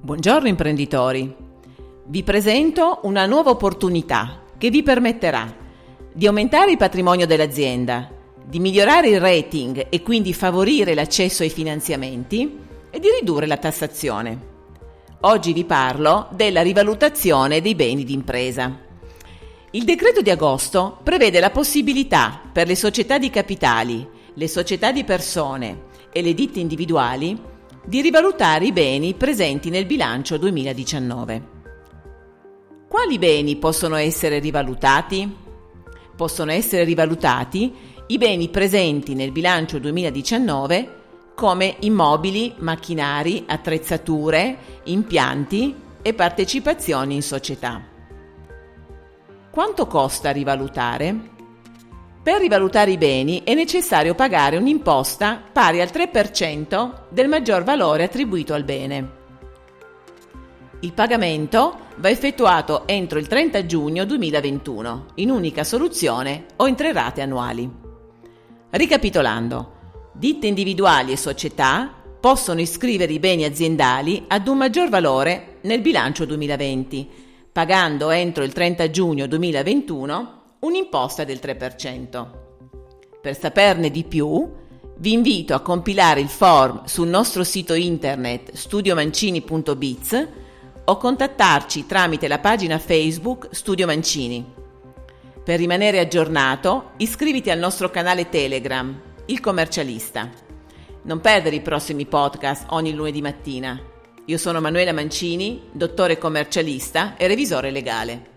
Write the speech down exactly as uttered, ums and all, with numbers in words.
Buongiorno imprenditori, vi presento una nuova opportunità che vi permetterà di aumentare il patrimonio dell'azienda, di migliorare il rating e quindi favorire l'accesso ai finanziamenti e di ridurre la tassazione. Oggi vi parlo della rivalutazione dei beni d'impresa. Il decreto di agosto prevede la possibilità per le società di capitali, le società di persone e le ditte individuali di rivalutare i beni presenti nel bilancio duemiladiciannove. Quali beni possono essere rivalutati? Possono essere rivalutati i beni presenti nel bilancio duemiladiciannove come immobili, macchinari, attrezzature, impianti e partecipazioni in società. Quanto costa rivalutare? Per rivalutare i beni è necessario pagare un'imposta pari al tre per cento del maggior valore attribuito al bene. Il pagamento va effettuato entro il trenta giugno duemilaventuno, in unica soluzione o in tre rate annuali. Ricapitolando, ditte individuali e società possono iscrivere i beni aziendali ad un maggior valore nel bilancio duemilaventi, pagando entro il trenta giugno duemilaventuno un'imposta del tre per cento. Per saperne di più, vi invito a compilare il form sul nostro sito internet studio mancini punto biz o contattarci tramite la pagina Facebook Studio Mancini. Per rimanere aggiornato, iscriviti al nostro canale Telegram, Il Commercialista. Non perdere i prossimi podcast ogni lunedì mattina. Io sono Manuela Mancini, dottore commercialista e revisore legale.